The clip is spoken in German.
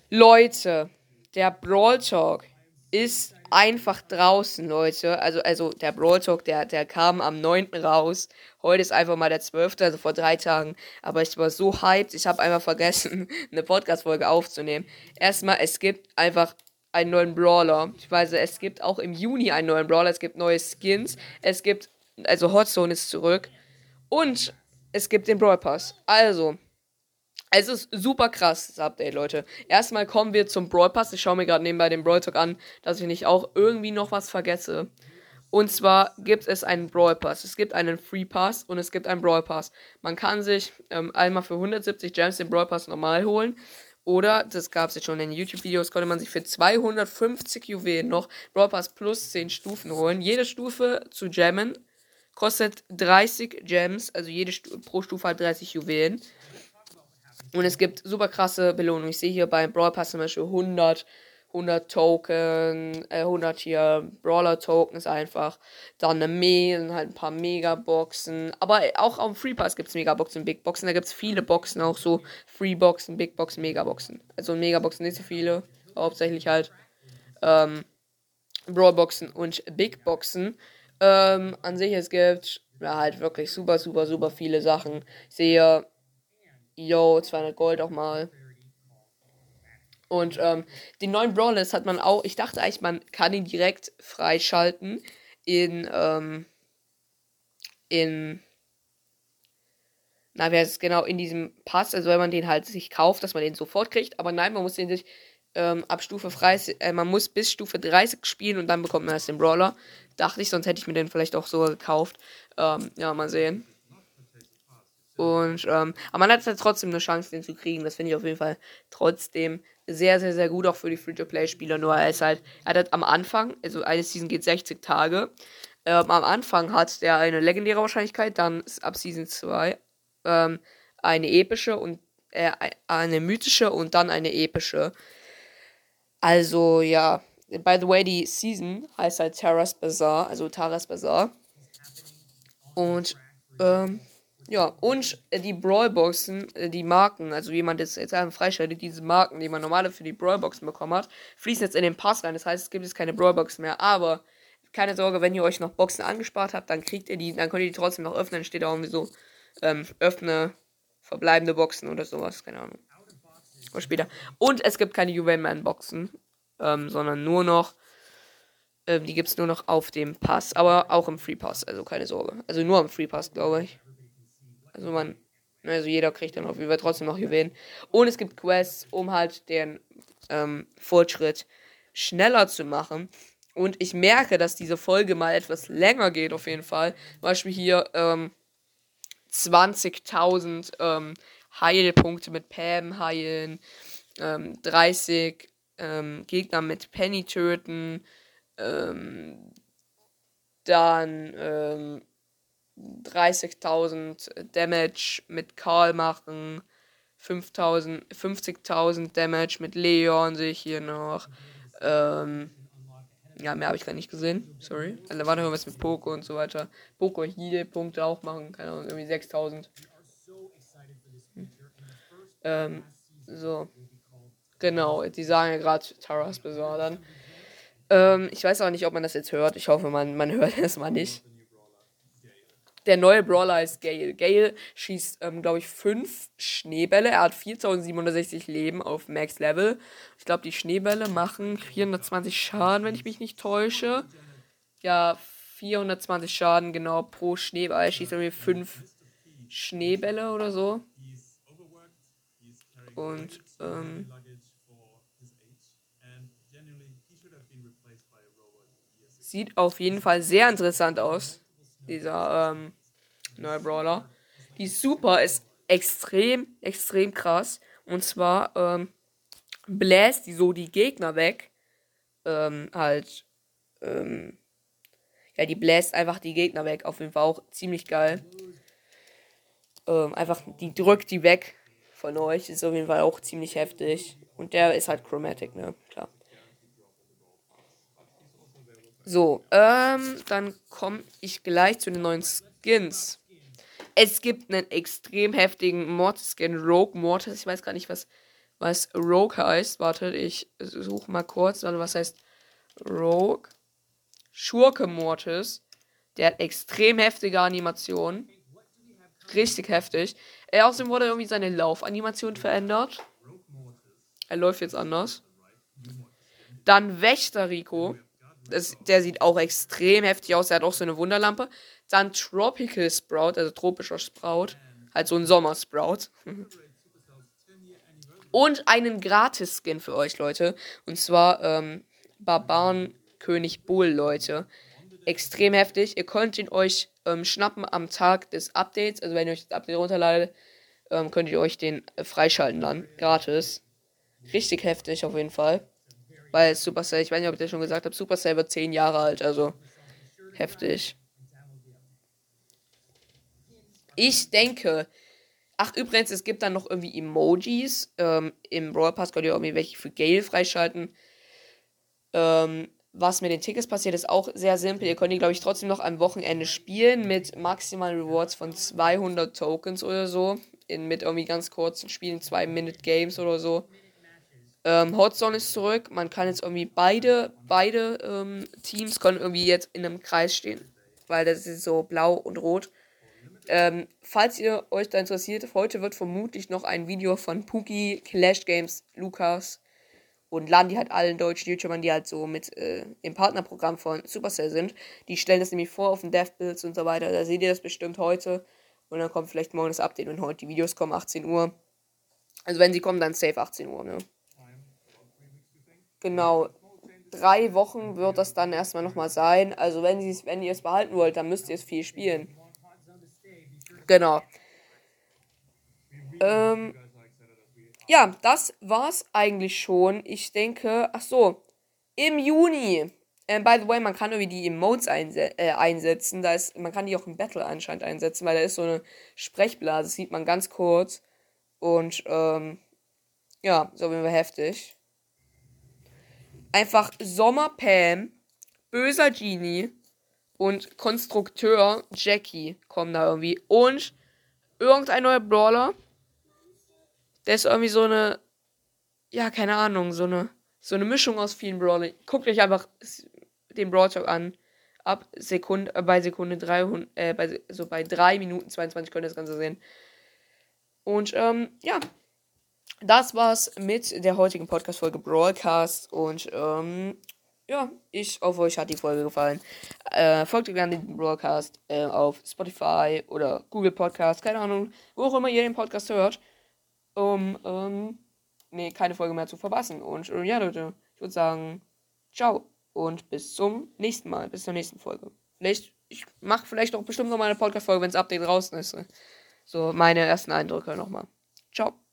Leute, der Brawl Talk ist einfach draußen, Leute. Also der Brawl Talk, der kam am 9. raus. Heute ist einfach mal der 12., also vor 3 Tagen. Aber ich war so hyped, ich habe einfach vergessen, eine Podcast-Folge aufzunehmen. Erstmal, es gibt einfach einen neuen Brawler. Ich weiß, es gibt auch im Juni einen neuen Brawler. Es gibt neue Skins. Also Hot Zone ist zurück. Und es gibt den Brawl Pass. Also, es ist super krass, das Update, Leute. Erstmal kommen wir zum Brawl Pass. Ich schaue mir gerade nebenbei den Brawl Talk an, dass ich nicht auch irgendwie noch was vergesse. Und zwar gibt es einen Brawl Pass. Es gibt einen Free Pass und es gibt einen Brawl Pass. Man kann sich einmal für 170 Gems den Brawl Pass normal holen. Oder, das gab es jetzt schon in den YouTube-Videos, konnte man sich für 250 Juwelen noch Brawl Pass plus 10 Stufen holen. Jede Stufe zu gemmen kostet 30 Gems. Also pro Stufe hat 30 Juwelen. Und es gibt super krasse Belohnungen. Ich sehe hier beim Brawl Pass zum Beispiel 100 Token, 100 hier Brawler Tokens einfach. Dann halt ein paar Megaboxen. Aber auch auf dem Free Pass gibt es Megaboxen und Big Boxen. Da gibt es viele Boxen, auch so Free Boxen, Big Boxen, Megaboxen. Also Megaboxen nicht so viele. Hauptsächlich halt Brawl Boxen und Big Boxen. An sich, es gibt ja halt wirklich super, super, super viele Sachen. Ich sehe, yo, 200 Gold auch mal. Und den neuen Brawlers hat man auch. Ich dachte eigentlich, man kann ihn direkt freischalten in, na, wer ist genau, in diesem Pass. Also wenn man den halt sich kauft, dass man den sofort kriegt. Aber nein, man muss den sich ab Stufe 30, man muss bis Stufe 30 spielen und dann bekommt man erst den Brawler. Dachte ich, sonst hätte ich mir den vielleicht auch so gekauft. Ja, mal sehen. Und, aber man hat halt trotzdem eine Chance, den zu kriegen. Das finde ich auf jeden Fall trotzdem sehr, sehr, sehr gut, auch für die Free-to-Play-Spieler. Nur er hat halt am Anfang, also eine Season geht 60 Tage. Am Anfang hat der eine legendäre Wahrscheinlichkeit, dann ist ab Season 2 eine epische und eine mythische und dann eine epische. Also, ja. By the way, die Season heißt halt Taras Bazaar, also Taras Bazaar. Und, ja, und die Brawlboxen, die Marken, also wie man das jetzt einfach freischaltet, diese Marken, die man normale für die Brawlboxen bekommen hat, fließen jetzt in den Pass rein. Das heißt, es gibt jetzt keine Brawlboxen mehr. Aber keine Sorge, wenn ihr euch noch Boxen angespart habt, dann kriegt ihr die, dann könnt ihr die trotzdem noch öffnen. Steht da irgendwie so, öffne verbleibende Boxen oder sowas, keine Ahnung. Oder später. Und es gibt keine Juwelman-Boxen, sondern nur noch, die gibt es nur noch auf dem Pass, aber auch im Free Pass, also keine Sorge. Also nur im Free Pass, glaube ich. Also jeder kriegt dann auf jeden Fall trotzdem noch Juwelen. Und es gibt Quests, um halt den Fortschritt schneller zu machen. Und ich merke, dass diese Folge mal etwas länger geht, auf jeden Fall. Zum Beispiel hier 20.000 Heilpunkte mit Pam heilen, 30 Gegner mit Penny töten, dann 30.000 Damage mit Karl machen, 50.000 Damage mit Leon sehe ich hier noch. Ja, mehr habe ich gar nicht gesehen. Sorry. Also, da war noch irgendwas mit Poco und so weiter. Poco Heal-Punkte auch machen. Keine Ahnung, irgendwie 6.000. Ähm, so. Genau, die sagen ja gerade Taras Bazaar dann. Ich weiß auch nicht, ob man das jetzt hört. Ich hoffe, man hört es mal nicht. Der neue Brawler ist Gale. Gale schießt, glaube ich, 5 Schneebälle. Er hat 4760 Leben auf Max Level. Ich glaube, die Schneebälle machen 420 Schaden, wenn ich mich nicht täusche. Ja, 420 Schaden genau pro Schneeball. Er schießt irgendwie 5 Schneebälle oder so. Und, sieht auf jeden Fall sehr interessant aus. Dieser, neue Brawler. Die Super ist extrem, extrem krass. Und zwar bläst die so die Gegner weg. Halt, ja, die bläst einfach die Gegner weg. Auf jeden Fall auch ziemlich geil. Einfach, die drückt die weg von euch. Ist auf jeden Fall auch ziemlich heftig. Und der ist halt Chromatic, ne? Klar. So, dann komme ich gleich zu den neuen Skins. Es gibt einen extrem heftigen Mortis-Skin, Rogue Mortis. Ich weiß gar nicht, was was Rogue heißt. Wartet, ich suche mal kurz. Also, was heißt Rogue? Schurke Mortis. Der hat extrem heftige Animationen. Richtig heftig. Außerdem wurde irgendwie seine Laufanimation verändert. Er läuft jetzt anders. Dann Wächter Rico. Der sieht auch extrem heftig aus. Der hat auch so eine Wunderlampe. Dann Tropical Sprout, also tropischer Sprout. Halt so ein Sommersprout. Und einen Gratis-Skin für euch, Leute. Und zwar Barbarenkönig Bull, Leute. Extrem heftig. Ihr könnt ihn euch schnappen am Tag des Updates. Also wenn ihr euch das Update runterladet, könnt ihr euch den freischalten dann. Gratis. Richtig heftig auf jeden Fall. Weil Supercell, ich weiß nicht, ob ich das schon gesagt habe, Supercell wird 10 Jahre alt, also heftig. Ich denke. Ach, übrigens, es gibt dann noch irgendwie Emojis. Im Brawl Pass könnt ihr irgendwie welche für Gale freischalten. Was mit den Tickets passiert, ist auch sehr simpel. Ihr könnt die, glaube ich, trotzdem noch am Wochenende spielen mit maximalen Rewards von 200 Tokens oder so. Mit irgendwie ganz kurzen Spielen, 2-Minute-Games oder so. Hotzone ist zurück. Man kann jetzt irgendwie beide Teams können irgendwie jetzt in einem Kreis stehen. Weil das ist so blau und rot. Falls ihr euch da interessiert, heute wird vermutlich noch ein Video von Puki, Clash Games, Lukas und Landi, halt allen deutschen YouTubern, die halt so mit im Partnerprogramm von Supercell sind. Die stellen das nämlich vor auf den Dev-Builds und so weiter. Da seht ihr das bestimmt heute. Und dann kommt vielleicht morgen das Update, wenn heute die Videos kommen, 18 Uhr. Also wenn sie kommen, dann safe 18 Uhr, ne? Genau. 3 Wochen wird das dann erstmal nochmal sein. Also wenn ihr es behalten wollt, dann müsst ihr es viel spielen. Genau. Ja, das war's eigentlich schon. Ich denke, ach so, im Juni. By the way, man kann irgendwie die Emotes einsetzen. Man kann die auch im Battle anscheinend einsetzen, weil da ist so eine Sprechblase, das sieht man ganz kurz. Und, ja, so wie wir heftig. Einfach Sommer-Pam, böser Genie und Konstrukteur Jackie kommen da irgendwie. Und irgendein neuer Brawler. Der ist irgendwie so eine, ja, keine Ahnung, so eine Mischung aus vielen Brawlern. Guckt euch einfach den Brawl Talk an. Bei Sekunde 300, bei 3 Minuten 22 könnt ihr das Ganze sehen. Und, ja. Das war's mit der heutigen Podcast-Folge Brawlcast. Und, ja, ich hoffe, euch hat die Folge gefallen. Folgt gerne den Brawlcast auf Spotify oder Google Podcast, keine Ahnung, wo auch immer ihr den Podcast hört, um keine Folge mehr zu verpassen. Und ja, Leute, ich würde sagen, ciao und bis zum nächsten Mal, bis zur nächsten Folge. Ich mache vielleicht auch bestimmt noch mal eine Podcast-Folge, wenn das Update draußen ist. So meine ersten Eindrücke nochmal. Ciao.